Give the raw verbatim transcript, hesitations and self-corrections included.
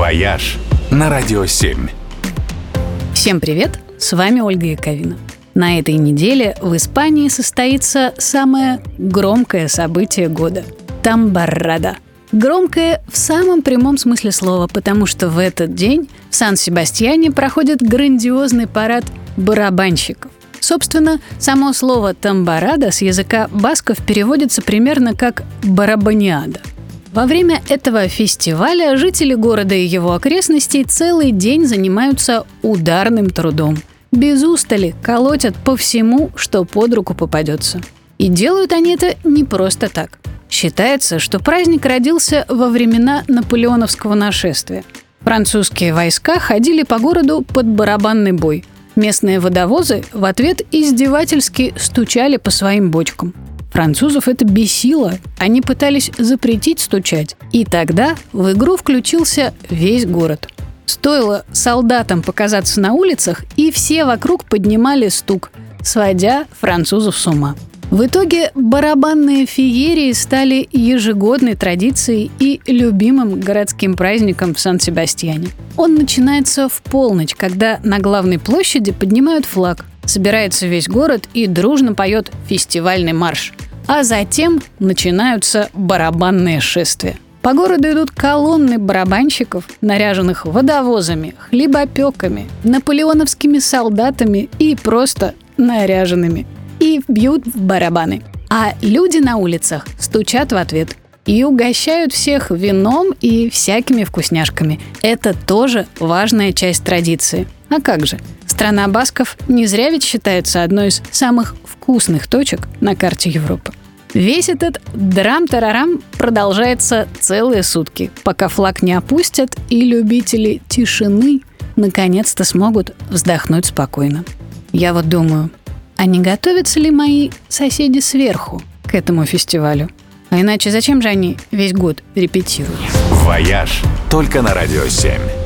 «Вояж» на Радио семь. Всем привет, с вами Ольга Яковина. На этой неделе в Испании состоится самое громкое событие года – Тамбаррада. Громкое в самом прямом смысле слова, потому что в этот день в Сан-Себастьяне проходит грандиозный парад барабанщиков. Собственно, само слово «тамбаррада» с языка басков переводится примерно как «барабаниада». Во время этого фестиваля жители города и его окрестностей целый день занимаются ударным трудом. Без устали колотят по всему, что под руку попадется. И делают они это не просто так. Считается, что праздник родился во времена наполеоновского нашествия. Французские войска ходили по городу под барабанный бой. Местные водовозы в ответ издевательски стучали по своим бочкам. Французов это бесило, они пытались запретить стучать. И тогда в игру включился весь город. Стоило солдатам показаться на улицах, и все вокруг поднимали стук, сводя французов с ума. В итоге барабанные феерии стали ежегодной традицией и любимым городским праздником в Сан-Себастьяне. Он начинается в полночь, когда на главной площади поднимают флаг, собирается весь город и дружно поет фестивальный марш. А затем начинаются барабанные шествия. По городу идут колонны барабанщиков, наряженных водовозами, хлебопеками, наполеоновскими солдатами и просто наряженными. И бьют в барабаны. А люди на улицах стучат в ответ и угощают всех вином и всякими вкусняшками. Это тоже важная часть традиции. А как же? Страна басков не зря ведь считается одной из самых вкусных точек на карте Европы. Весь этот драм-тарарам продолжается целые сутки, пока флаг не опустят и любители тишины наконец-то смогут вздохнуть спокойно. Я вот думаю, а не готовятся ли мои соседи сверху к этому фестивалю? А иначе зачем же они весь год репетируют? «Вояж» только на Радио семь.